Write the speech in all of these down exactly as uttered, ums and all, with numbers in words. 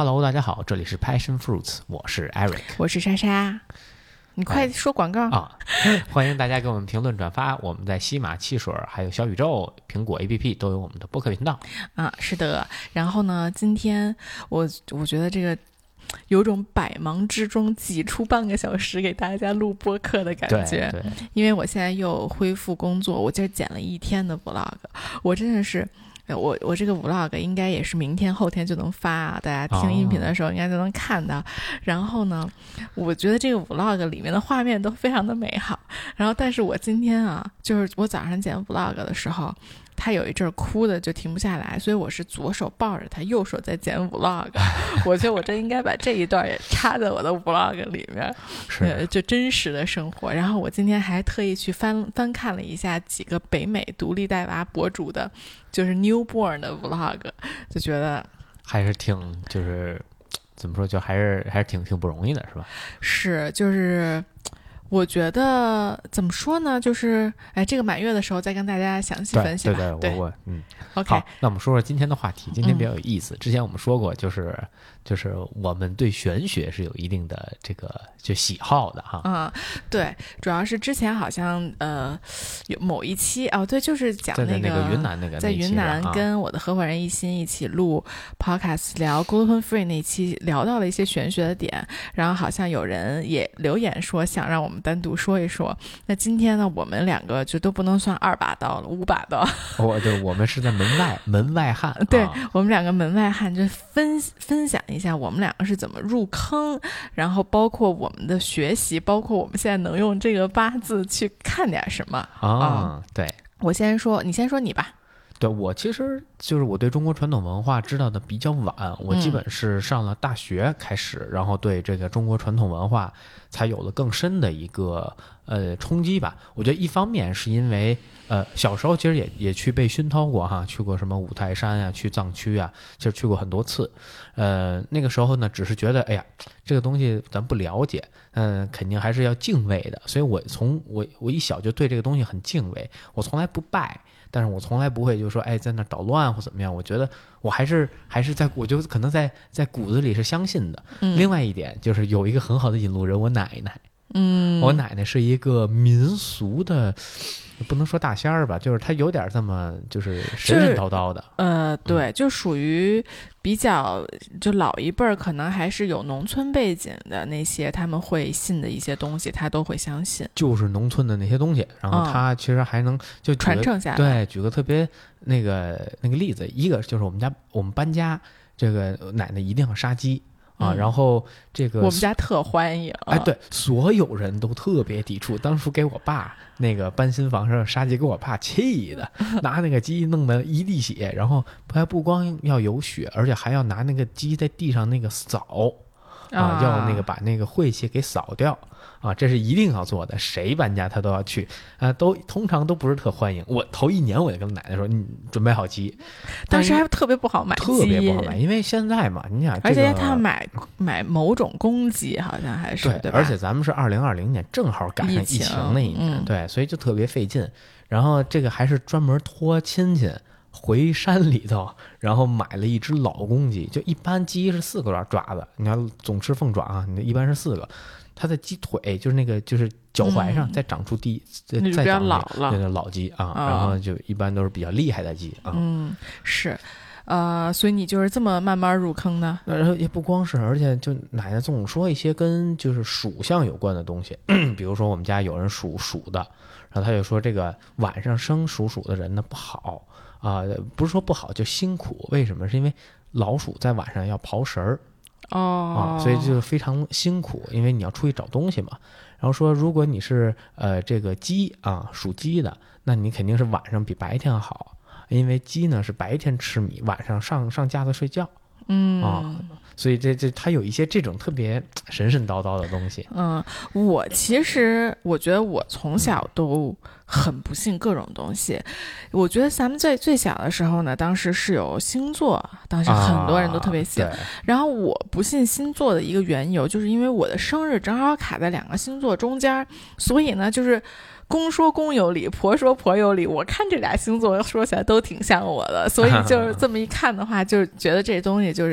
Hello， 大家好，这里是 Passion Fruits， 我是 Eric， 我是莎莎。你快说广告、 哎、啊！欢迎大家给我们评论转发，我们在西马、汽水还有小宇宙、苹果 A P P 都有我们的播客频道啊。是的，然后呢，今天我我觉得这个有种百忙之中挤出半个小时给大家录播客的感觉， 对对， 因为我现在又恢复工作，我今儿剪了一天的 vlog， 我真的是。我我这个 vlog 应该也是明天后天就能发啊，大家听音频的时候应该就能看到、哦、然后呢我觉得这个 vlog 里面的画面都非常的美好，然后但是我今天啊就是我早上剪 vlog 的时候他有一阵哭的就停不下来，所以我是左手抱着他，右手在剪 vlog 我觉得我真应该把这一段也插在我的 vlog 里面，是就真实的生活。然后我今天还特意去翻翻看了一下几个北美独立带娃博主的就是 newborn 的 vlog， 就觉得还是挺就是怎么说就还是还是挺挺不容易的，是吧？ 是，就是我觉得怎么说呢，就是哎，这个满月的时候再跟大家详细分析吧。 对对对， 对我我嗯 ，OK。 好，那我们说说今天的话题。今天比较有意思，嗯、之前我们说过，就是就是我们对玄学是有一定的这个就喜好的哈。 嗯，对，主要是之前好像呃有某一期哦，对，就是讲那个在那个云南那个在云南跟我的合伙人一心一起录 podcast 聊 gluten free 那期，聊到了一些玄学的点，然后好像有人也留言说想让我们单独说一说。那今天呢，我们两个就都不能算二把刀了，五把刀。 我对，我们是在门外门外汉， 对、 啊、 我们两个门外汉就分分享一下我们两个是怎么入坑，然后包括我们的学习，包括我们现在能用这个八字去看点什么啊、 哦。 对， 我先说，你先说你吧。 对，我其实就是我对中国传统文化知道的比较晚，我基本是上了大学开始、嗯、然后对这个中国传统文化才有了更深的一个呃冲击吧。我觉得一方面是因为呃小时候其实也也去被熏陶过哈，去过什么五台山啊，去藏区啊，其实去过很多次。呃那个时候呢只是觉得哎呀这个东西咱不了解，嗯、呃、肯定还是要敬畏的，所以我从我我一小就对这个东西很敬畏，我从来不拜，但是我从来不会就说哎在那捣乱或怎么样，我觉得我还是还是在我就可能在在骨子里是相信的、嗯、另外一点就是有一个很好的引路人，我奶奶。 嗯， 我奶奶是一个民俗的，不能说大仙儿吧，就是她有点这么就是神神叨叨的。 呃，对， 嗯、 就属于比较就老一辈儿，可能还是有农村背景的那些，他们会信的一些东西，他都会相信。 就是农村的那些东西，然后他其实还能就传承下来。 对，举个特别那个那个例子，一个就是我们家我们搬家，这个奶奶一定要杀鸡。啊， 嗯、 然后这个我们家特欢迎， 哎，对，所有人都特别抵触。当初给我爸那个搬新房时杀鸡，给我爸气的，拿那个鸡弄得一地血，然后还不光要有血，而且还要拿那个鸡在地上那个扫啊，要那个把那个晦气给扫掉。啊，这是一定要做的，谁搬家他都要去啊，都通常都不是特欢迎。我头一年我就跟奶奶说，你准备好鸡， 当时还特别不好买鸡， 特别不好买，因为现在嘛，你想、这个， 而且他买买某种公鸡好像还是对, 对吧？ 而且咱们是二零二零年，正好赶上疫情那一年， 嗯、 对，所以就特别费劲。然后这个还是专门托亲戚回山里头，然后买了一只老公鸡，就一般鸡是四个爪子，你要总吃凤爪啊，你一般是四个。它的鸡腿就是那个就是脚踝上再长出第、 嗯、 再长老了， 那个老鸡啊、哦，然后就一般都是比较厉害的鸡啊。 嗯，是，呃，所以你就是这么慢慢入坑的。 然后也不光是，而且就奶奶总说一些跟就是属相有关的东西，比如说我们家有人属鼠的，然后他就说这个晚上生属鼠的人呢不好啊、呃，不是说不好就辛苦，为什么？是因为老鼠在晚上要刨食儿。 哦、 啊，所以就非常辛苦，因为你要出去找东西嘛。然后说，如果你是呃这个鸡啊，属鸡的，那你肯定是晚上比白天好，因为鸡呢是白天吃米，晚上上上架子睡觉。 嗯啊，所以这这它有一些这种特别神神叨叨的东西。 嗯，我其实我觉得我从小都很不信各种东西。我觉得咱们在最小的时候呢，当时是有星座，当时很多人都特别信。 啊、 然后我不信星座的一个缘由，就是因为我的生日正好卡在两个星座中间，所以呢，就是公说公有理，婆说婆有理。我看这俩星座说起来都挺像我的，所以就是这么一看的话，就觉得这东西就是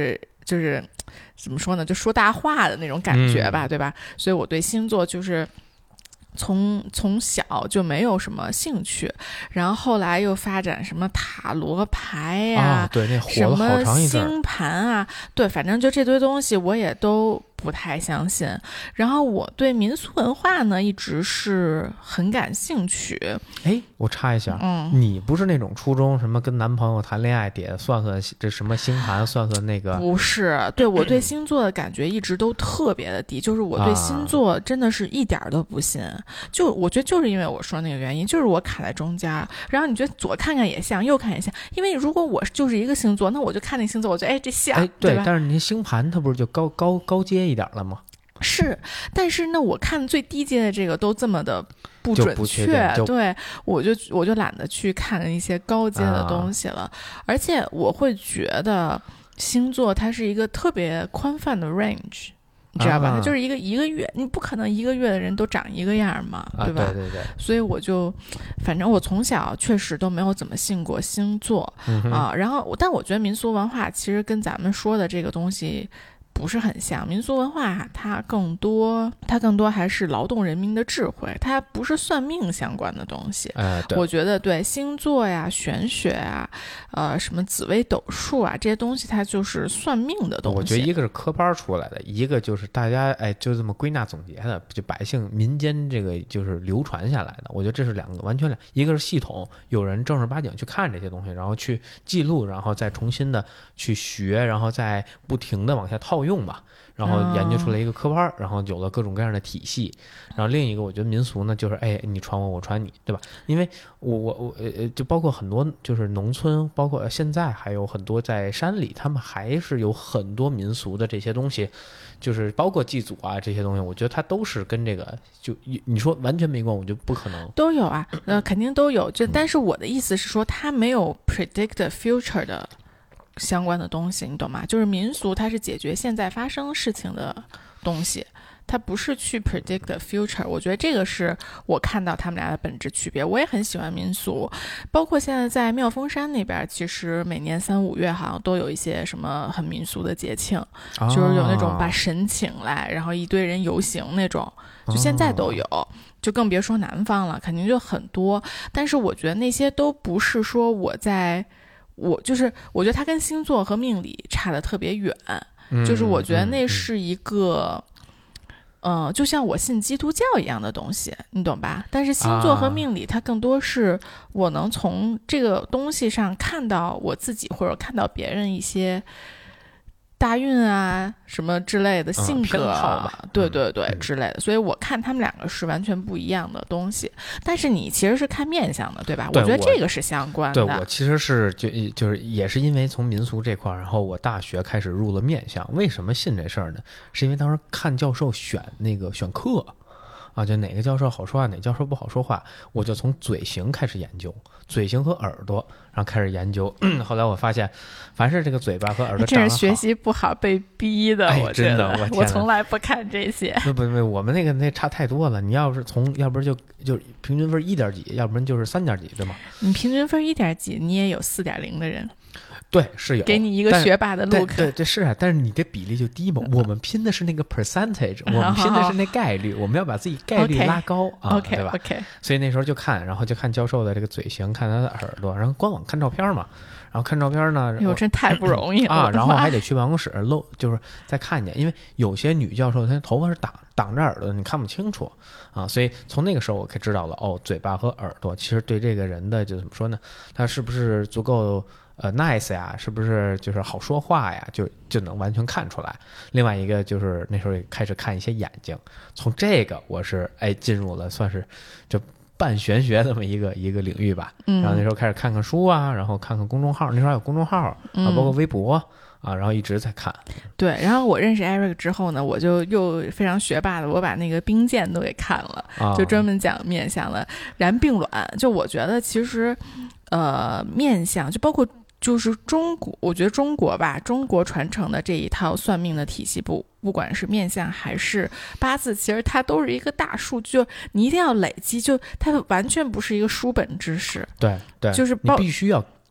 就是怎么说呢，就说大话的那种感觉吧，嗯、对吧？所以我对星座就是从从小就没有什么兴趣，然后后来又发展什么塔罗牌呀、啊哦，对，那火了好长一阵儿， 什么星盘啊，对，反正就这堆东西我也都不太相信。然后我对民俗文化呢一直是很感兴趣。 哎，我插一下， 嗯， 你不是那种初中什么跟男朋友谈恋爱得算算这什么星盘，算算那个？ 不是，对，我对星座的感觉一直都特别的低，就是我对星座真的是一点都不信。啊、就我觉得就是因为我说那个原因，就是我卡在中间，然后你觉得左看看也像，右看也像，因为如果我就是一个星座，那我就看那星座，我觉得哎这像， 哎对吧？ 但是你星盘它不是就高高高阶一点了吗？ 是，但是呢，我看最低阶的这个都这么的不准确，对，我就我就懒得去看一些高阶的东西了。啊、而且我会觉得星座它是一个特别宽泛的 range， 你知道吧？啊、它就是一个一个月，你不可能一个月的人都长一个样嘛，对吧？ 啊、对对对。 所以我就，反正我从小确实都没有怎么信过星座、 嗯、 啊。然后，但我觉得民俗文化其实跟咱们说的这个东西不是很像，民俗文化它更多它更多还是劳动人民的智慧，它不是算命相关的东西。 呃、对， 我觉得对星座呀、玄学呀、呃什么紫微斗数啊这些东西，它就是算命的东西。 我觉得一个是科班出来的，一个就是大家哎就这么归纳总结的，就百姓民间这个就是流传下来的。我觉得这是两个完全两，一个是系统，有人正儿八经去看这些东西，然后去记录，然后再重新的去学，然后再不停的往下套用。用吧，然后研究出来一个科班、哦、然后有了各种各样的体系。然后另一个我觉得民俗呢就是哎你传我我传你，对吧？因为我我我呃就包括很多就是农村，包括现在还有很多在山里，他们还是有很多民俗的这些东西，就是包括祭祖啊这些东西，我觉得它都是跟这个就你说完全没关，我觉得不可能。 都有啊，呃肯定都有，就但是我的意思是说它没有 predict the future 的相关的东西，你懂吗？就是民俗它是解决现在发生事情的东西，它不是去 predict the future。 我觉得这个是我看到他们俩的本质区别。我也很喜欢民俗，包括现在在妙峰山那边，其实每年三五月好像都有一些什么很民俗的节庆、哦、就是有那种把神请来，然后一堆人游行那种，就现在都有、哦，就更别说南方了，肯定就很多。但是我觉得那些都不是说我在我就是我觉得它跟星座和命理差得特别远、嗯、就是我觉得那是一个嗯、呃，就像我信基督教一样的东西，你懂吧？但是星座和命理它更多是我能从这个东西上看到我自己或者看到别人一些大运啊什么之类的性格、 嗯、 对对对、 嗯、 之类的，所以我看他们两个是完全不一样的东西。但是你其实是看面相的，对吧？ 对， 我觉得这个是相关的。 对，我其实是就就是也是因为从民俗这块，然后我大学开始入了面相。为什么信这事儿呢？是因为当时看教授选那个选课啊，就哪个教授好说话，哪个教授不好说话，我就从嘴型开始研究，嘴型和耳朵，然后开始研究。后来我发现，凡是这个嘴巴和耳朵长得好， 这是学习不好被逼的。 哎、 我觉得真的，我我从来不看这些。 不不不，我们那个那差太多了。你要是从，要不然就就平均分一点几，要不然就是三点几，对吗？ 你平均分一点几，你也有四点零的人。 对，是有给你一个学霸的 look。 对对是啊，但是你这比例就低嘛。我们拼的是那个 percentage， 我们拼的是那概率，我们要把自己概率拉高、okay, 啊， okay, 对吧 ？OK。 所以那时候就看，然后就看教授的这个嘴型，看他的耳朵，然后官网看照片嘛。然后看照片呢， 哟，真太不容易了啊！然后还得去办公室露，就是再看见，因为有些女教授她头发是挡挡着耳朵，你看不清楚啊。所以从那个时候我可以知道了，哦，嘴巴和耳朵其实对这个人的就怎么说呢？他是不是足够呃 nice 呀？是不是就是好说话呀？就就能完全看出来。另外一个就是那时候也开始看一些眼睛，从这个我是哎进入了算是就。半玄学这么一个一个领域吧， 嗯， 然后那时候开始看看书啊，然后看看公众号，那时候还有公众号、嗯、啊，包括微博啊，然后一直在看。 对，然后我认识 Eric 之后呢，我就又非常学霸的，我把那个冰剑都给看了， 啊、 就专门讲面相的然并卵。就我觉得其实，呃，面相就包括。就是中国，我觉得中国吧，中国传承的这一套算命的体系不，不管是面相还是八字，其实它都是一个大数据，就你一定要累积，就它完全不是一个书本知识。 对对， 就是你必须要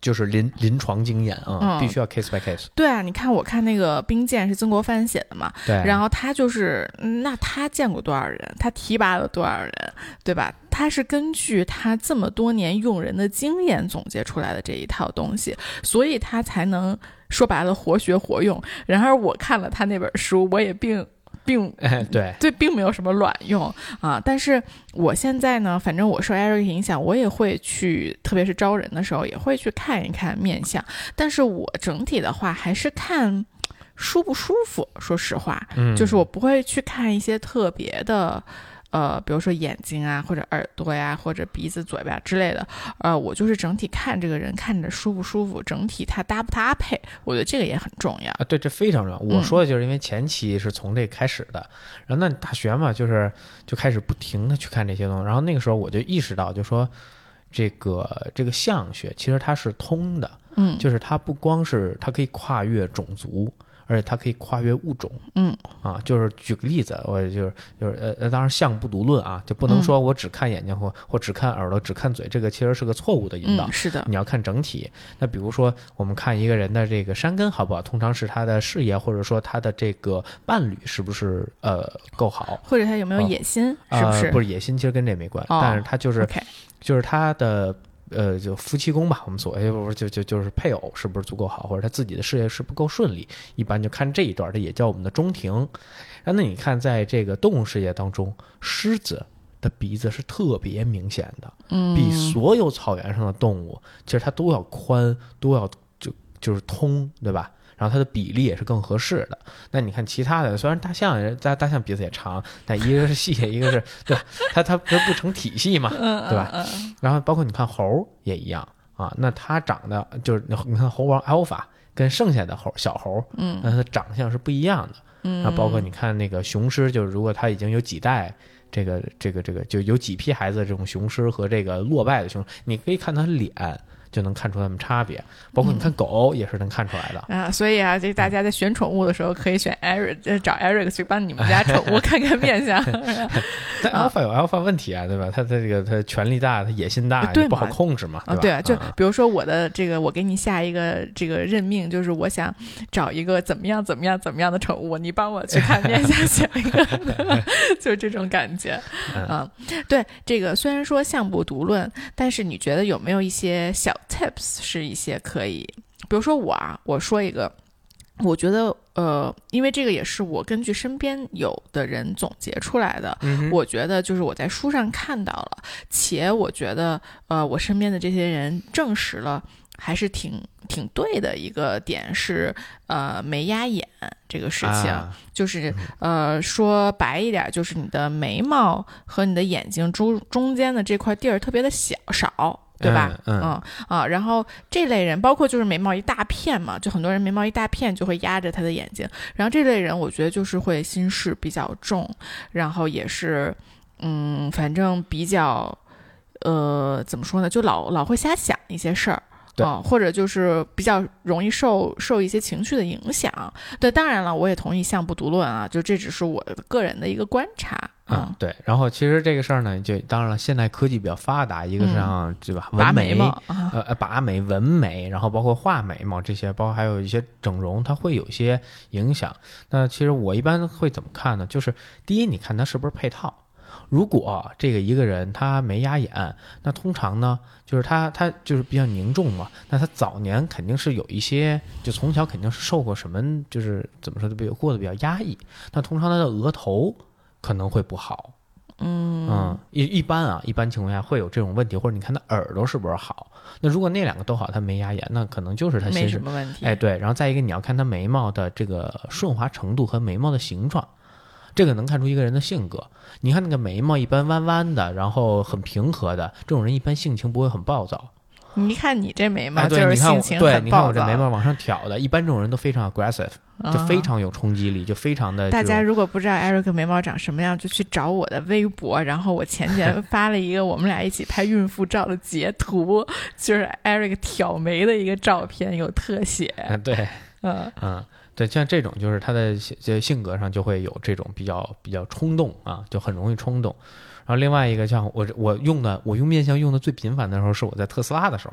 就是临临床经验啊、嗯，必须要 case by case。 对啊，你看我看那个《冰剑》是曾国藩写的嘛， 对， 然后他就是那他见过多少人，他提拔了多少人，对吧？他是根据他这么多年用人的经验总结出来的这一套东西，所以他才能说白了活学活用。然而我看了他那本书，我也并并、 哎、对对并没有什么卵用啊。但是我现在呢，反正我受 Eric 影响，我也会去，特别是招人的时候也会去看一看面相。但是我整体的话还是看舒不舒服，说实话、嗯、就是我不会去看一些特别的呃，比如说眼睛啊，或者耳朵呀，或者鼻子、嘴巴之类的，呃，我就是整体看这个人看着舒不舒服，整体他搭不搭配，我觉得这个也很重要啊。对，这非常重要。我说的就是因为前期是从这开始的，嗯、然后那大学嘛，就是就开始不停的去看这些东西，然后那个时候我就意识到，就说这个这个相学其实它是通的， 嗯， 就是它不光是它可以跨越种族。而且它可以跨越物种， 嗯啊，就是举个例子，我就是就是呃，当然相不独论啊，就不能说我只看眼睛或、嗯、或只看耳朵、只看嘴，这个其实是个错误的引导。 嗯、是的， 你要看整体。那比如说，我们看一个人的这个山根好不好，通常是他的事业或者说他的这个伴侣是不是呃够好， 或者他有没有野心， 哦、 是不是？ 呃、不是野心，其实跟这没关， 哦、 但是他就是、 okay. 就是他的。呃，就夫妻宫吧，我们所谓不是就就就是配偶是不是足够好，或者他自己的事业是不够顺利，一般就看这一段，这也叫我们的中庭。然后那你看，在这个动物世界当中，狮子的鼻子是特别明显的， 嗯， 比所有草原上的动物，其实它都要宽，都要就就是通，对吧？然后它的比例也是更合适的。那你看其他的，虽然大象大大象鼻子也长，但一个是细，一个是对它它它不成体系嘛，对吧？然后包括你看猴也一样啊，那它长得就是你看猴王 Alpha 跟剩下的猴小猴， 嗯， 那它的长相是不一样的。 嗯， 然后包括你看那个雄狮，就是如果它已经有几代。这个这个这个就有几批孩子的这种雄狮和这个落败的雄狮，你可以看它脸就能看出它们差别，包括你看狗也是能看出来的、 嗯、啊。所以啊，这大家在选宠物的时候可以选 Eric， 找 Eric 去帮你们家宠物看看面相。 但 Alpha 有 Alpha 问题啊，对吧？他他这个他权力大，他野心大， 对不好控制嘛， 对吧？ 对啊，就比如说我的这个，我给你下一个这个任命，就是我想找一个怎么样怎么样怎么样的宠物，你帮我去看面相选一个，就这种感觉啊。对，这个虽然说相不独论，但是你觉得有没有一些小 tips 是一些可以，比如说我啊，我说一个，我觉得呃，因为这个也是我根据身边有的人总结出来的、 嗯、 我觉得就是我在书上看到了，且我觉得呃，我身边的这些人证实了还是挺挺对的一个点是呃眉压眼这个事情、啊、就是呃说白一点，就是你的眉毛和你的眼睛中中间的这块地儿特别的小少，对吧？ 嗯嗯, 嗯啊，然后这类人包括就是眉毛一大片嘛，就很多人眉毛一大片就会压着他的眼睛，然后这类人我觉得就是会心事比较重，然后也是嗯反正比较呃怎么说呢，就老老会瞎想一些事儿。嗯，或者就是比较容易受受一些情绪的影响。对，当然了，我也同意相不独论啊，就这只是我个人的一个观察。嗯， 嗯对。然后其实这个事儿呢，就当然了，现在科技比较发达，一个是像、嗯、对吧，纹眉、 眉呃拔眉、纹眉，然后包括画眉毛这些，包括还有一些整容，它会有一些影响。那其实我一般会怎么看呢？就是第一，你看它是不是配套。如果这个一个人他没压眼，那通常呢就是他他就是比较凝重嘛，那他早年肯定是有一些，就从小肯定是受过什么，就是怎么说比较过得比较压抑，那通常他的额头可能会不好。 嗯嗯，一一般啊，一般情况下会有这种问题，或者你看他耳朵是不是好？那如果那两个都好，他没压眼，那可能就是他没什么问题。 哎，对，然后再一个你要看他眉毛的这个顺滑程度和眉毛的形状。这个能看出一个人的性格。你看那个眉毛一般弯弯的，然后很平和的，这种人一般性情不会很暴躁。 你看你这眉毛就是性情很暴躁、 哎、对，你看我这眉毛往上挑的，一般这种人都非常 aggressive， 就非常有冲击力，就非常的。 大家如果不知道 Eric 眉毛长什么样，就去找我的微博，然后我前天发了一个我们俩一起拍孕妇照的截图，就是 Eric 挑眉的一个照片，有特写。 嗯，对， 嗯嗯。对，像这种就是他的性格上就会有这种比较比较冲动啊，就很容易冲动。然后另外一个像我我用的我用面相用的最频繁的时候是我在特斯拉的时候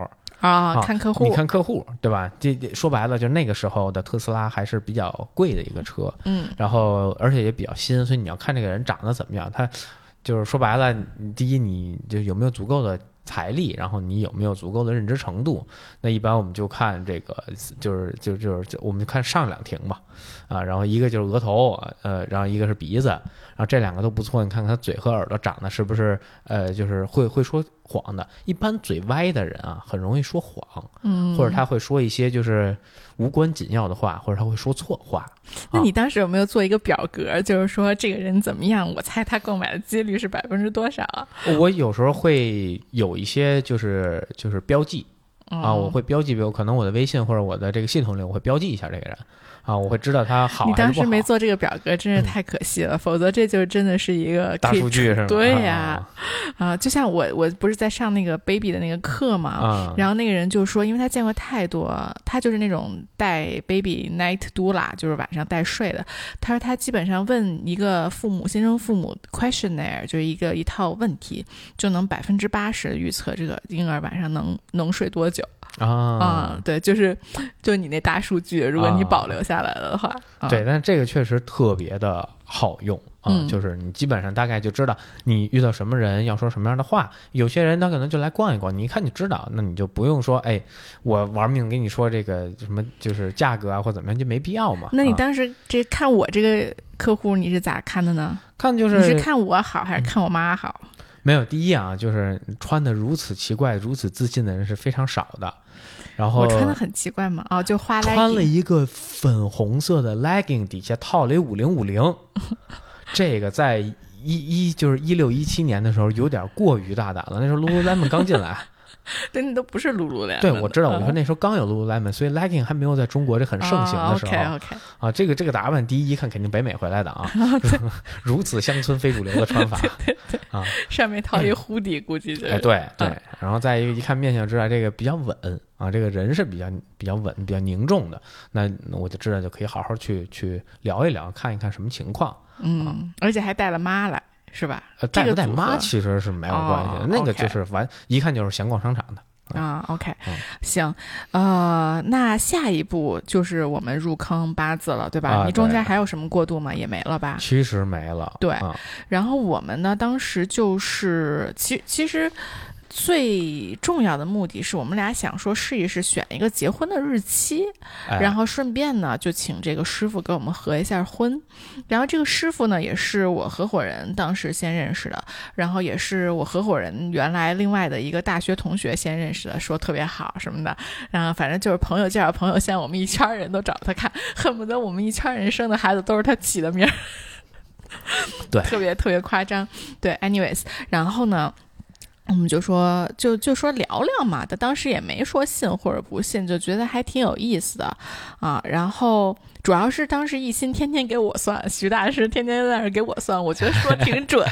啊，看客户， 你看客户，对吧？这说白了，就那个时候的特斯拉还是比较贵的一个车， 嗯， 然后而且也比较新，所以你要看这个人长得怎么样，他就是说白了，第一你就有没有足够的财力，然后你有没有足够的认知程度。那一般我们就看这个，就是就就是我们就看上两庭嘛，啊，然后一个就是额头，呃，然后一个是鼻子，然后这两个都不错，你看看他嘴和耳朵长得是不是呃，就是会会说谎的。一般嘴歪的人啊，很容易说谎， 嗯， 或者他会说一些就是无关紧要的话，或者他会说错话。 那你当时有没有做一个表格，就是说这个人怎么样，我猜他购买的几率是百分之多少啊？ 我有时候会有一些就是就是标记啊，我会标记，比如可能我的微信或者我的这个系统里，我会标记一下这个人啊，我会知道他好还是不好。 你当时没做这个表格，真是太可惜了，嗯、否则这就真的是一个大数据是吗？ 对呀、啊，啊，就像我我不是在上那个 baby 的那个课嘛， 啊、 然后那个人就说，因为他见过太多，他就是那种带 baby night doula， 就是晚上带睡的。他说他基本上问一个父母新生父母 questionnaire， 就是一个一套问题，就能百分之八十预测这个婴儿晚上能能睡多久。 啊、 嗯，对，就是就你那大数据，如果你保留下来了的话， 啊、对，但是这个确实特别的好用啊、 嗯， 就是你基本上大概就知道你遇到什么人要说什么样的话。有些人他可能就来逛一逛，你一看就知道，那你就不用说，哎，我玩命跟你说这个什么就是价格啊或怎么样，就没必要嘛。 那你当时这看我这个客户你是咋看的呢？ 看就是你是看我好还是看我妈好？ 嗯、没有，第一啊，就是穿的如此奇怪、如此自信的人是非常少的。然后我穿的很奇怪吗？哦，就花 legging， 穿了一个粉红色的 legging， 底下套了一五零五零，这个在一一就是一六一七年的时候有点过于大胆了。那时候 Lululemon 刚进来。 对，你都不是 Lululemon。 对，我知道，我说那时候刚有 Lululemon，、嗯、所以 legging 还没有在中国这很盛行的时候。 哦、OK OK。 啊，这个这个打扮，第一一看肯定北美回来的啊，如此乡村非主流的穿法。 对对对啊，上面套一护底，估计就是。 哎，对对，嗯、然后再一个一看面相知道这个比较稳啊，这个人是比较比较稳、比较凝重的，那我就知道就可以好好去去聊一聊，看一看什么情况。 嗯，啊、而且还带了妈来。是吧？ 呃，带不带妈其实是没有关系的， 哦、 那个就是完、okay. 一看就是闲逛商场的。 啊 ，OK，、 嗯、 行，呃，那下一步就是我们入坑八字了，对吧？ 啊、 你中间还有什么过渡吗？也没了吧？ 其实没了。 对， 啊、 然后我们呢，当时就是其其实。最重要的目的是我们俩想说试一试选一个结婚的日期、 哎、 然后顺便呢就请这个师傅给我们合一下婚。然后这个师傅呢也是我合伙人当时先认识的，然后也是我合伙人原来另外的一个大学同学先认识的，说特别好什么的，然后反正就是朋友介绍朋友，现在我们一圈人都找他看，恨不得我们一圈人生的孩子都是他起的名对， 特别特别夸张。对 anyways， 然后呢我们就说就就说聊聊嘛，他当时也没说信或者不信，就觉得还挺有意思的啊。然后主要是当时一心天天给我算，徐大师天天在那给我算，我觉得说挺准。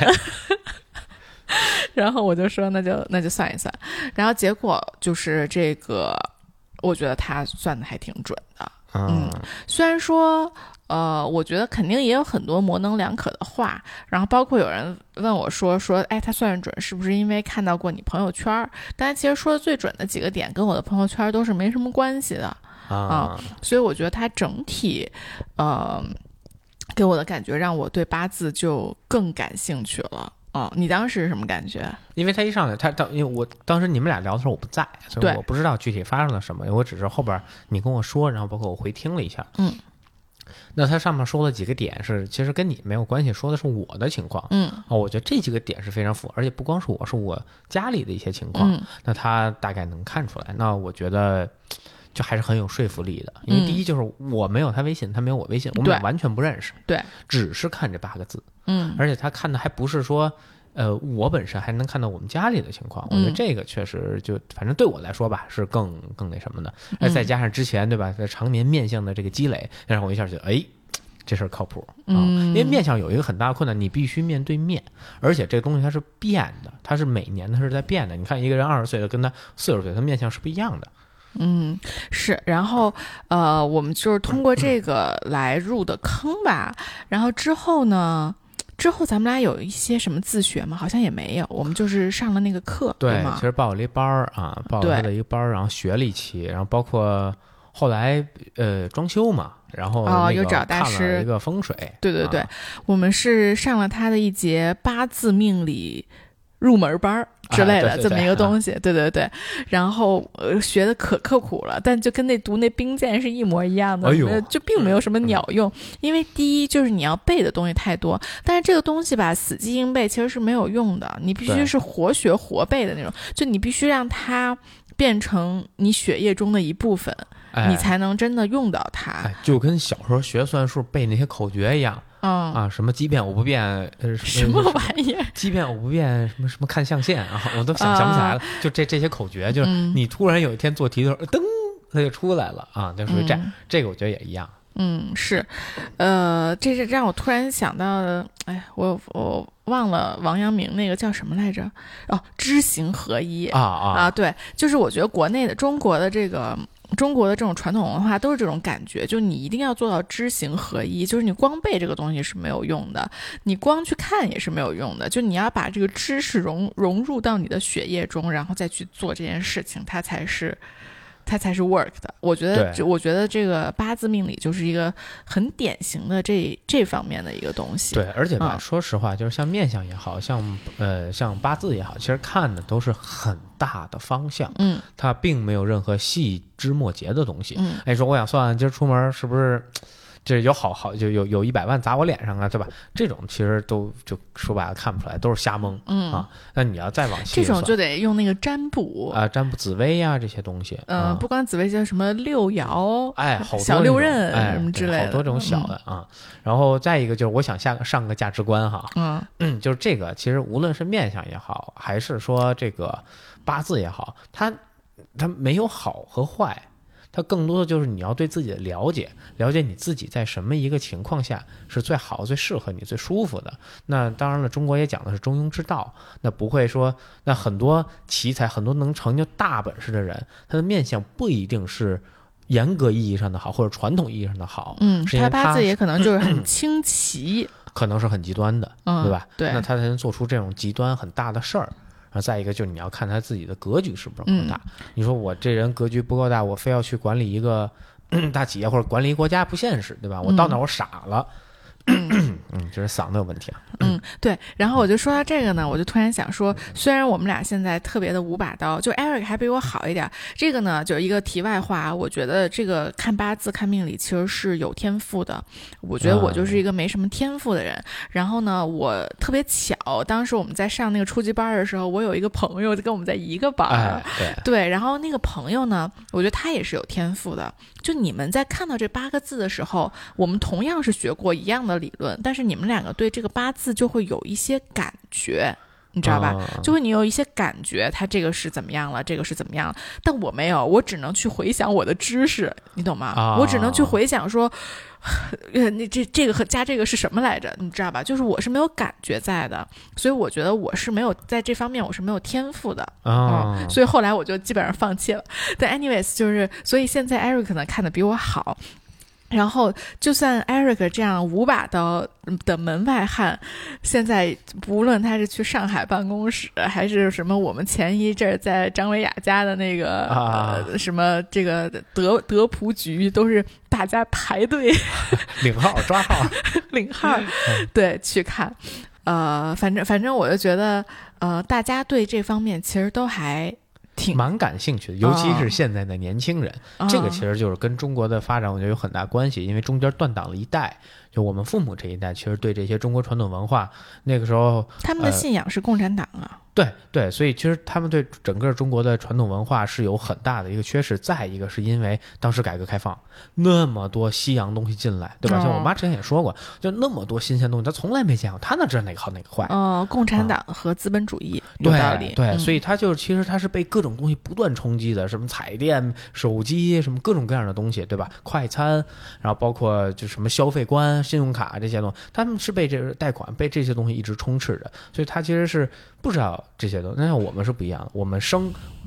然后我就说那就那就算一算，然后结果就是这个，我觉得他算的还挺准的。嗯，虽然说。呃，我觉得肯定也有很多模棱两可的话，然后包括有人问我说说，哎，他算准是不是因为看到过你朋友圈？但其实说的最准的几个点跟我的朋友圈都是没什么关系的啊、呃，所以我觉得他整体，呃，给我的感觉让我对八字就更感兴趣了。哦，你当时是什么感觉？ 因为他一上来，他当因为我当时你们俩聊的时候我不在，所以我不知道具体发生了什么，我只是后边你跟我说，然后包括我回听了一下， 嗯。 那他上面说了几个点是其实跟你没有关系，说的是我的情况。 嗯， 哦，我觉得这几个点是非常符合，而且不光是我，是我家里的一些情况。 嗯， 那他大概能看出来。那我觉得就还是很有说服力的，因为第一就是我没有他微信，他没有我微信，我们俩完全不认识。 对， 只是看这八个字。 嗯， 而且他看的还不是说。呃，我本身还能看到我们家里的情况，我觉得这个确实就反正对我来说吧，是更更那什么的。而再加上之前对吧，在常年面相的这个积累，让我一下觉得，哎，这事儿靠谱啊、嗯。因为面相有一个很大的困难，你必须面对面，而且这个东西它是变的，它是每年它是在变的。你看一个人二十岁的跟他四十岁，他面相是不一样的。 嗯，是，然后呃，我们就是通过这个来入的坑吧，然后之后呢。 之后咱们俩有一些什么自学吗？好像也没有，我们就是上了那个课， 对， 对吗？ 其实报了一班儿啊，报了他的一个班儿，然后学了一期，然后包括后来呃装修嘛，然后哦， 那个又找大看了师一个风水， 对对对， 啊、 我们是上了他的一节八字命理入门班之类的、 啊、对对对这么一个东西，对对对，然后呃学的可刻苦了，但就跟那读那兵谏是一模一样的， 哎呦就并没有什么鸟用、嗯，因为第一就是你要背的东西太多，但是这个东西吧死记硬背其实是没有用的，你必须是活学活背的那种，就你必须让它变成你血液中的一部分，哎、你才能真的用到它、 哎，就跟小时候学算术背那些口诀一样。 嗯啊，什么奇变我不变，呃， 什么玩意儿？ 奇变我不变，什么什么看象限啊，我都想、啊、想不起来了。就这这些口诀，就是你突然有一天做题的时候，噔、嗯，它就出来了啊，就属于这、嗯。这个我觉得也一样。 嗯，是，呃，这是让我突然想到的，哎，我我忘了王阳明那个叫什么来着？哦，知行合一啊啊啊！对，就是我觉得国内的中国的这个。中国的这种传统文化都是这种感觉，就你一定要做到知行合一，就是你光背这个东西是没有用的，你光去看也是没有用的，就你要把这个知识融融入到你的血液中，然后再去做这件事情，它才是它才是 work 的。我觉得我觉得这个八字命理就是一个很典型的这这方面的一个东西。 对，而且吧、嗯、说实话，就是像面相也好像呃像八字也好，其实看的都是很大的方向， 嗯， 它并没有任何细枝末节的东西。 嗯， 哎，说我想算今儿出门是不是这有好好就有有一百万砸我脸上啊，对吧？这种其实都就说白了看不出来，都是瞎蒙。 嗯啊，那你要再往细这种就得用那个占卜啊，占卜紫微啊这些东西。 嗯、呃，不光紫微，叫什么六爻， 哎，好多小六壬哎什么之类的， 好多这种小的、嗯、啊。然后再一个就是我想下上个价值观哈， 嗯嗯，就是这个其实无论是面相也好，还是说这个八字也好，它它没有好和坏。它更多的就是你要对自己的了解，了解你自己在什么一个情况下是最好、最适合你、最舒服的。那当然了，中国也讲的是中庸之道，那不会说，那很多奇才、很多能成就大本事的人，他的面相不一定是严格意义上的好，或者传统意义上的好。 嗯， 他八字也可能就是很清奇， 可能是很极端的， 嗯、 对吧？ 对， 那他才能做出这种极端很大的事儿。然后再一个就是你要看他自己的格局是不是够大、嗯、你说我这人格局不够大，我非要去管理一个、嗯、大企业或者管理一个国家不现实，对吧？我到那我傻了。嗯嗯，这是嗓子有问题啊。 嗯，对。然后我就说到这个呢，我就突然想说，虽然我们俩现在特别的五把刀，就 Eric 还比我好一点。这个呢，就是一个题外话，我觉得这个看八字、看命理其实是有天赋的。我觉得我就是一个没什么天赋的人。嗯、然后呢，我特别巧，当时我们在上那个初级班的时候，我有一个朋友跟我们在一个班。 哎、对对。然后那个朋友呢，我觉得他也是有天赋的。就你们在看到这八个字的时候，我们同样是学过一样的理论，但是你们两个对这个八字就会有一些感觉，你知道吧？ 哦、 就会你有一些感觉，它这个是怎么样了，这个是怎么样了。但我没有，我只能去回想我的知识，你懂吗？ 哦、 我只能去回想说，呃，你这这个和加这个是什么来着？你知道吧？就是我是没有感觉在的，所以我觉得我是没有在这方面我是没有天赋的。 哦、 嗯，所以后来我就基本上放弃了。但 anyways， 就是所以现在 Eric 呢看的比我好。然后，就算 Eric 这样五把刀的门外汉，现在无论他是去上海办公室，还是什么，我们前一阵在张维亚家的那个、 啊、 呃、什么这个德德普局，都是大家排队领号抓号领号，对，去看。呃，反正反正我就觉得，呃，大家对这方面其实都还。挺蛮感兴趣的，尤其是现在的年轻人、哦、这个其实就是跟中国的发展我觉得有很大关系，因为中间断档了一代，就我们父母这一代其实对这些中国传统文化那个时候他们的信仰是共产党啊、呃、 对对，所以其实他们对整个中国的传统文化是有很大的一个缺失。再一个是因为当时改革开放那么多西洋东西进来，对吧、哦、像我妈之前也说过，就那么多新鲜东西她从来没见过，她哪知道哪个好哪个坏。 哦，共产党和资本主义、嗯、有道理。 对对、 嗯、 所以他就是其实他是被各种东西不断冲击的，什么彩电、手机，什么各种各样的东西，对吧？快餐，然后包括就什么消费观、信用卡这些东西，他们是被这个贷款被这些东西一直充斥着，所以他其实是不知道这些东西。那像我们是不一样的，我们生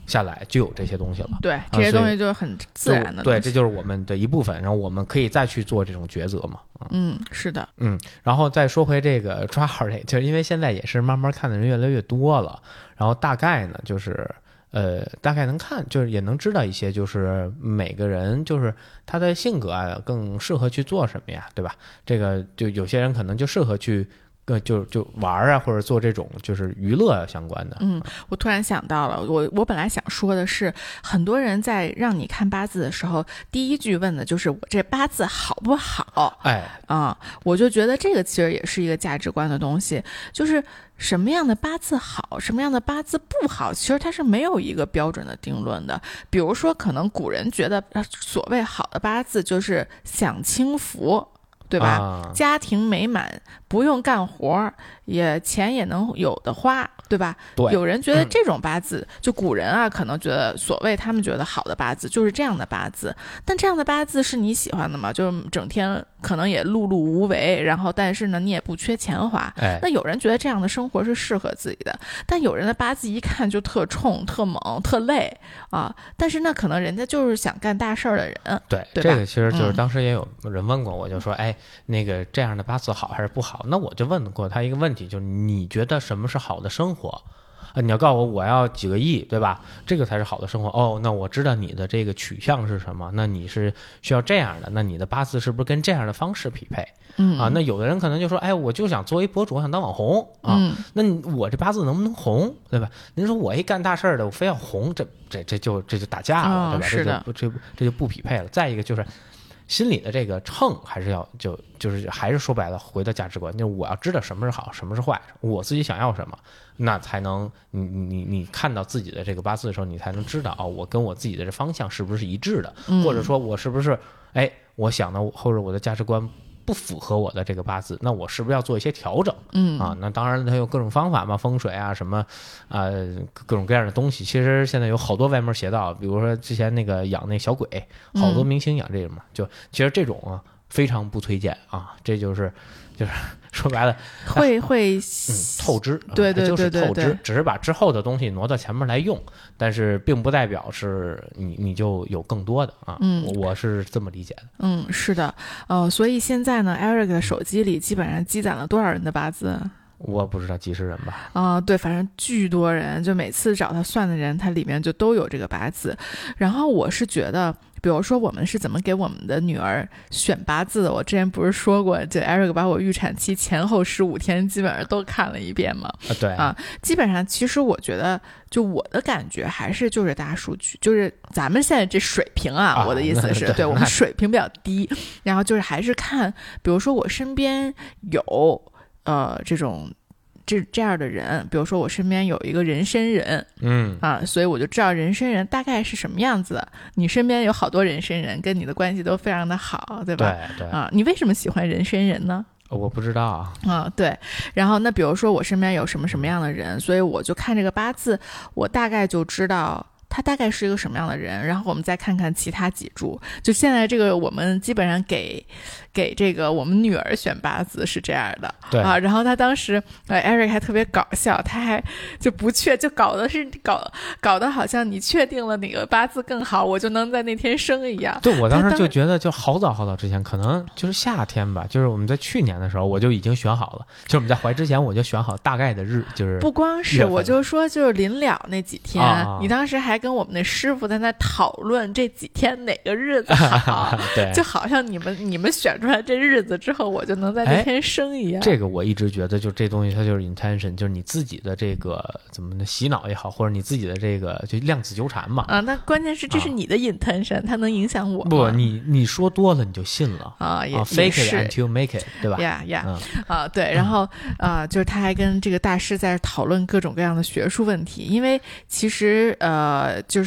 下来就有这些东西了。 对，这些东西就是很自然的、 啊、对，这就是我们的一部分，然后我们可以再去做这种抉择嘛。 嗯，是的， 嗯，然后再说回这个抓号这，就是因为现在也是慢慢看的人越来越多了，然后大概呢就是呃大概能看，就是也能知道一些，就是每个人就是他的性格啊更适合去做什么呀，对吧？这个就有些人可能就适合去。呃，就就玩啊，或者做这种就是娱乐相关的。 嗯，我突然想到了，我我本来想说的是，很多人在让你看八字的时候，第一句问的就是我这八字好不好？ 哎， 啊、嗯，我就觉得这个其实也是一个价值观的东西，就是什么样的八字好，什么样的八字不好，其实它是没有一个标准的定论的。比如说，可能古人觉得所谓好的八字就是享清福。对吧、啊、家庭美满，不用干活也钱也能有的花，对吧？ 对， 有人觉得这种八字、嗯、就古人啊可能觉得所谓他们觉得好的八字就是这样的八字，但这样的八字是你喜欢的吗？就是整天可能也碌碌无为，然后但是呢你也不缺钱花、 哎、 那有人觉得这样的生活是适合自己的，但有人的八字一看就特冲特猛特累啊，但是那可能人家就是想干大事儿的人。 对， 对这个其实就是当时也有人问过我，就说哎那个这样的八字好还是不好？那我就问过他一个问题，就是你觉得什么是好的生活啊？你要告诉我我要几个亿，对吧？这个才是好的生活。哦，那我知道你的这个取向是什么，那你是需要这样的，那你的八字是不是跟这样的方式匹配？ 嗯啊，那有的人可能就说，哎，我就想做一博主，我想当网红啊， 嗯、 那我这八字能不能红，对吧？您说我一干大事的，我非要红，这这这就这就打架了， 哦、 对吧？ 是的， 这就这这就不匹配了。再一个就是。心里的这个秤还是要就就是还是说白了，回到价值观，就是我要知道什么是好，什么是坏，我自己想要什么，那才能你你你看到自己的这个八字的时候，你才能知道哦，我跟我自己的这方向是不是一致的， 嗯、 或者说我是不是哎，我想的或者我的价值观不符合我的这个八字，那我是不是要做一些调整？ 嗯啊，那当然它有各种方法嘛，风水啊什么，呃，各种各样的东西。其实现在有好多歪门邪道，比如说之前那个养那小鬼，好多明星养这个嘛，嗯、就其实这种啊非常不推荐啊，这就是就是说白了会会、 嗯、透支， 对对对对对， 就是透支，只是把之后的东西挪到前面来用，但是并不代表是你你就有更多的啊。 嗯， 我是这么理解的。 嗯，是的，呃，所以现在呢 ，Eric 的手机里基本上积攒了多少人的八字？ 我不知道几十人吧。 啊、呃，对，反正巨多人，就每次找他算的人，他里面就都有这个八字。然后我是觉得，比如说我们是怎么给我们的女儿选八字的？我之前不是说过，就 Eric 把我预产期前后十五天基本上都看了一遍嘛。 啊，对啊，基本上其实我觉得，就我的感觉还是就是大数据，就是咱们现在这水平啊， 啊我的意思是对, 对我们水平比较低，然后就是还是看，比如说我身边有呃这种。这这样的人，比如说我身边有一个人参人， 嗯啊，所以我就知道人参人大概是什么样子的。你身边有好多人参人，跟你的关系都非常的好，对吧？ 对对啊，你为什么喜欢人参人呢？ 我不知道啊。 啊，对。然后那比如说我身边有什么什么样的人，所以我就看这个八字，我大概就知道他大概是一个什么样的人，然后我们再看看其他几柱。就现在这个，我们基本上给给这个我们女儿选八字是这样的， 对啊。然后他当时呃 Eric 还特别搞笑，他还就不确就搞的是搞搞得好像你确定了哪个八字更好，我就能在那天生一样。 对，我当时就觉得就好早好早之前，可能就是夏天吧，就是我们在去年的时候我就已经选好了，就是我们在怀之前我就选好大概的日，就是不光是我就说就是临了那几天， 啊、 你当时还跟我们的师傅在那讨论这几天哪个日子好， 对， 就好像你们你们选出来这日子之后，我就能在那天生一样。 这个我一直觉得，就这东西它就是 intention， 就是你自己的这个怎么的洗脑也好，或者你自己的这个就量子纠缠嘛。 啊，那关键是这是你的 intention，、啊、它能影响我吗？ 不，你你说多了你就信了啊，也啊 ，fake it until make it， 对吧？ 呀呀、 嗯， 啊，对，然后啊，就是他还跟这个大师在讨论各种各样的学术问题，因为其实呃，就是。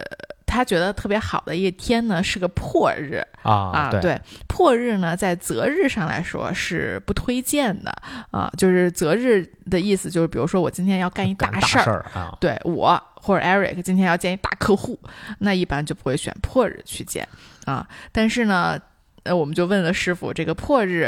他觉得特别好的一天呢是个破日啊啊， 对， 对，破日呢在择日上来说是不推荐的啊，就是择日的意思就是比如说我今天要干一大事儿啊， 对我或者 Eric 今天要见一大客户，那一般就不会选破日去见啊，但是呢。呃，我们就问了师傅，这个破日，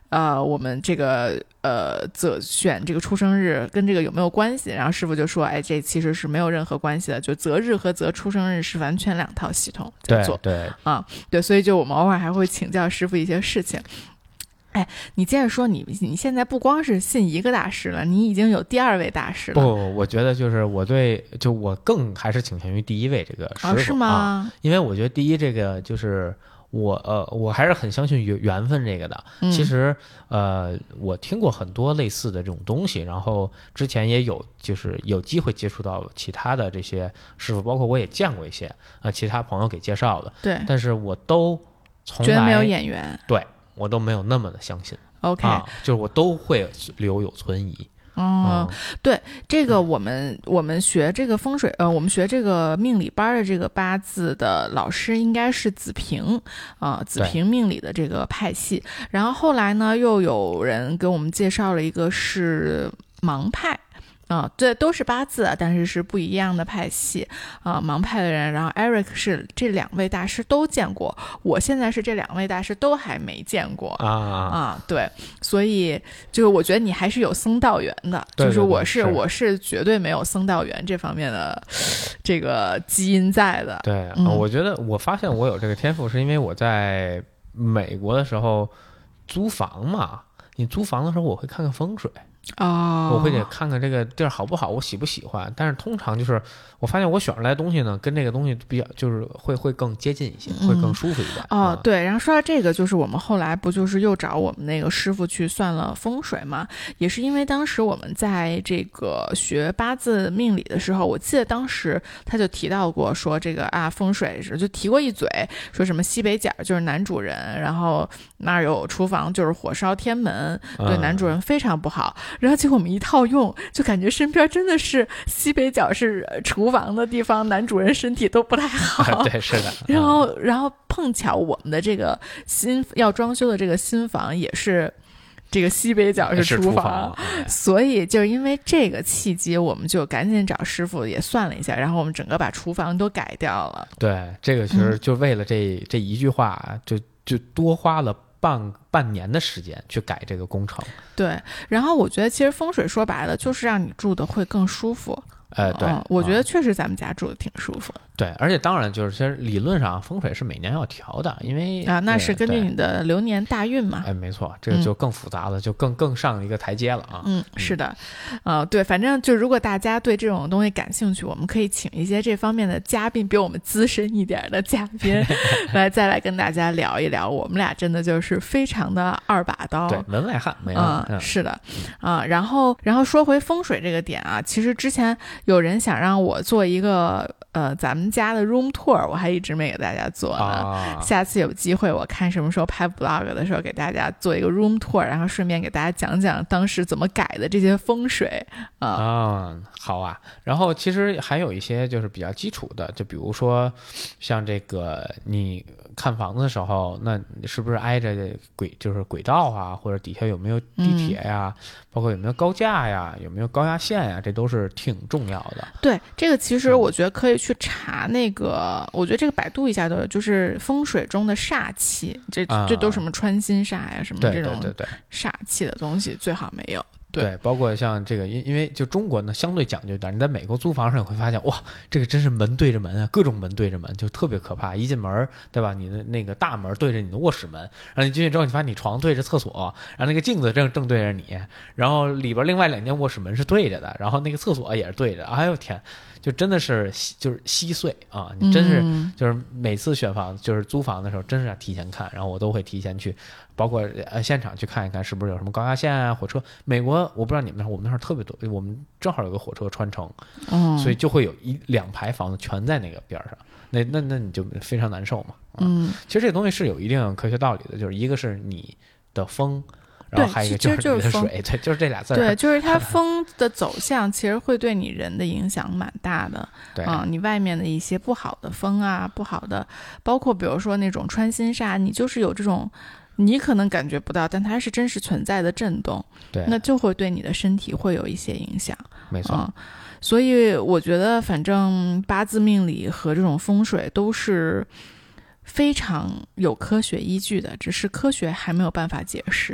呃，我们这个呃择选这个出生日跟这个有没有关系？然后师傅就说，哎，这其实是没有任何关系的，就择日和择出生日是完全两套系统在做。 对对啊，对，所以就我们偶尔还会请教师傅一些事情。哎，你接着说，你你现在不光是信一个大师了，你已经有第二位大师了。 不，我觉得就是我对，就我更还是倾向于第一位这个师傅、 哦、是吗、 啊？因为我觉得第一这个就是我呃，我还是很相信缘缘分这个的。 嗯、 其实呃，我听过很多类似的这种东西，然后之前也有就是有机会接触到其他的这些师傅，包括我也见过一些呃其他朋友给介绍的。 对， 但是我都从来觉得没有眼缘。 对。我都没有那么的相信 ，OK，、 啊、就是我都会留有存疑。 哦、嗯，对，这个我们我们学这个风水，呃，我们学这个命理班的这个八字的老师应该是子平啊、呃，子平命理的这个派系。然后后来呢，又有人给我们介绍了一个是盲派。啊、哦，对，都是八字，但是是不一样的派系啊、呃。盲派的人，然后 Eric 是这两位大师都见过，我现在是这两位大师都还没见过啊啊。对，所以就是我觉得你还是有僧道缘的， 对对对， 就是我是是我是绝对没有僧道缘这方面的这个基因在的。 对、 嗯， 我觉得我发现我有这个天赋，是因为我在美国的时候租房嘛，你租房的时候我会看看风水。 哦， 我会得看看这个地儿好不好，我喜不喜欢。但是通常就是我发现我选出来的东西呢，跟这个东西比较就是会会更接近一些，会更舒服一点。 嗯、哦、 嗯， 对。然后说到这个，就是我们后来不就是又找我们那个师傅去算了风水嘛？也是因为当时我们在这个学八字命理的时候，我记得当时他就提到过说这个啊风水是就提过一嘴，说什么西北角就是男主人，然后那儿有厨房就是火烧天门，对男主人非常不好。嗯，然后结果我们一套用，就感觉身边真的是西北角是厨房的地方，男主人身体都不太好。 对，是的。 然后，然后碰巧我们的这个新要装修的这个新房也是这个西北角是厨房， 厨房所以就是因为这个契机，我们就赶紧找师傅也算了一下，然后我们整个把厨房都改掉了。 对，这个其实就为了这、嗯、这一句话，就就多花了半半年的时间去改这个工程。 对，然后我觉得其实风水说白了就是让你住的会更舒服。 呃，对、 嗯，我觉得确实咱们家住的挺舒服。 对，而且当然就是，其实理论上风水是每年要调的，因为啊，那是根据你的流年大运嘛。 哎，没错，这个就更复杂了，嗯、就更更上一个台阶了啊。 嗯，是的，呃，对，反正就如果大家对这种东西感兴趣，我们可以请一些这方面的嘉宾，比我们资深一点的嘉宾来再来跟大家聊一聊。我们俩真的就是非常的二把刀， 对，门外汉，没有。 嗯，嗯是的，啊、呃，然后然后说回风水这个点啊，其实之前有人想让我做一个呃咱们家的 room tour， 我还一直没给大家做呢。 啊、 下次有机会，我看什么时候拍 vlog 的时候，给大家做一个 room tour， 然后顺便给大家讲讲当时怎么改的这些风水啊。 啊，好啊。然后其实还有一些就是比较基础的，就比如说像这个你看房子的时候，那是不是挨着轨就是轨道啊，或者底下有没有地铁呀、嗯，包括有没有高架呀，有没有高压线呀，这都是挺重要的。 对，这个其实我觉得可以去查那个，嗯、我觉得这个百度一下都有，就是风水中的煞气，这、嗯、这都什么穿心煞呀，什么这种煞气的东西最好没有。对, 对，包括像这个，因因为就中国呢相对讲究一点，你在美国租房上你会发现，哇，这个真是门对着门啊，各种门对着门，就特别可怕。一进门，对吧？你的那个大门对着你的卧室门，然后你进去之后，你发现你床对着厕所，然后那个镜子正正对着你，然后里边另外两间卧室门是对着的，然后那个厕所也是对着。哎呦天！就真的是就是稀碎啊！你真是就是每次选房就是租房的时候，真是要提前看，然后我都会提前去，包括呃现场去看一看是不是有什么高压线啊、火车。美国我不知道你们那儿，我们那儿特别多，我们正好有个火车穿城， 嗯， 所以就会有一两排房子全在那个边上，那那那你就非常难受嘛。啊、 嗯， 其实这个东西是有一定科学道理的，就是一个是你的风。然后还有一个就是你的水，对，就是这俩字儿。 对，就是它风的走向，其实会对你人的影响蛮大的。 对啊、嗯，你外面的一些不好的风啊，不好的，包括比如说那种穿心煞，你就是有这种，你可能感觉不到，但它是真实存在的震动， 对， 那就会对你的身体会有一些影响。 没错。 嗯，所以我觉得，反正八字命理和这种风水都是非常有科学依据的，只是科学还没有办法解释。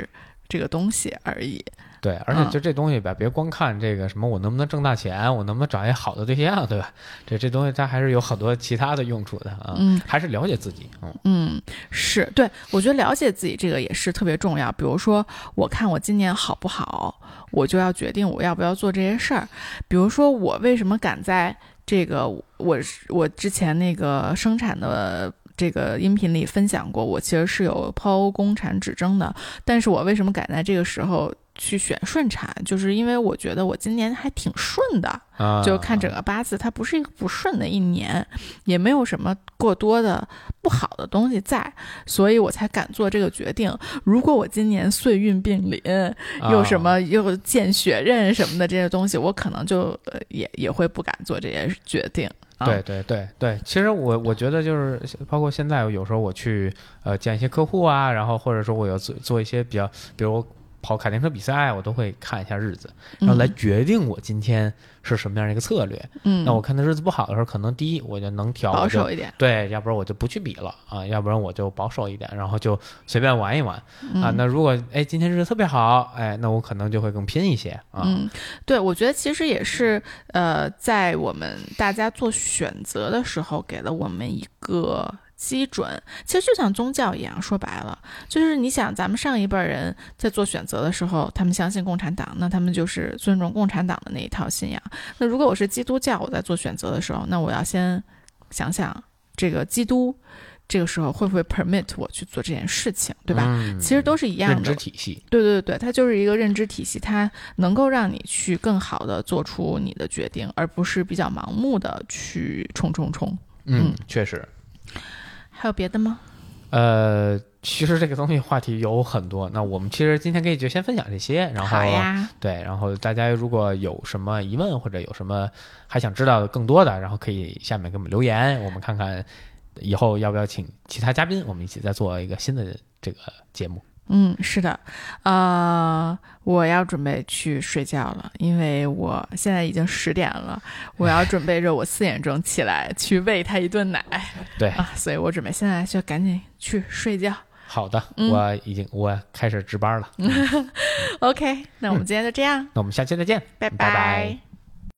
这个东西而已。 对，而且就这东西吧，嗯、别光看这个什么我能不能挣大钱，我能不能找一好的对象，对吧？这这东西它还是有很多其他的用处的啊。 嗯， 还是了解自己。嗯嗯，是对，我觉得了解自己这个也是特别重要。比如说，我看我今年好不好，我就要决定我要不要做这些事儿。比如说，我为什么敢在这个我我之前那个生产的这个音频里分享过，我其实是有剖宫产指征的，但是我为什么敢在这个时候去选顺产，就是因为我觉得我今年还挺顺的， 啊、 就看整个八字它不是一个不顺的一年，也没有什么过多的不好的东西在，所以我才敢做这个决定。如果我今年岁运并临，又什么又见血刃什么的这些东西，我可能就呃也也会不敢做这些决定。 对对对对，其实我我觉得就是包括现在有时候我去呃见一些客户啊，然后或者说我要做做一些比较，比如跑卡丁车比赛，我都会看一下日子，然后来决定我今天是什么样的一个策略。嗯，那我看他日子不好的时候，可能第一我就能调保守一点， 对，要不然我就不去比了啊，要不然我就保守一点，然后就随便玩一玩、嗯、啊。那如果哎今天日子特别好，哎，那我可能就会更拼一些啊。 嗯，对，我觉得其实也是呃，在我们大家做选择的时候，给了我们一个基准。其实就像宗教一样，说白了就是你想咱们上一辈人在做选择的时候，他们相信共产党，那他们就是尊重共产党的那一套信仰。那如果我是基督教，我在做选择的时候，那我要先想想这个基督这个时候会不会 permit 我去做这件事情，对吧、嗯、其实都是一样的认知体系。 对对对，它就是一个认知体系，它能够让你去更好的做出你的决定，而不是比较盲目的去冲冲冲。 嗯，确实。 还有别的吗？ 呃，其实这个东西话题有很多，那我们其实今天可以就先分享这些，然后好呀， 对，然后大家如果有什么疑问或者有什么还想知道的更多的，然后可以下面给我们留言，我们看看以后要不要请其他嘉宾，我们一起再做一个新的这个节目。 嗯，是的，呃，我要准备去睡觉了，因为我现在已经十点了，我要准备着我四点钟起来去喂他一顿奶。 对啊，所以我准备现在就赶紧去睡觉。 好的，嗯、我已经我开始值班了。 OK， 那我们今天就这样、 嗯，那我们下期再见， 拜拜。 拜拜。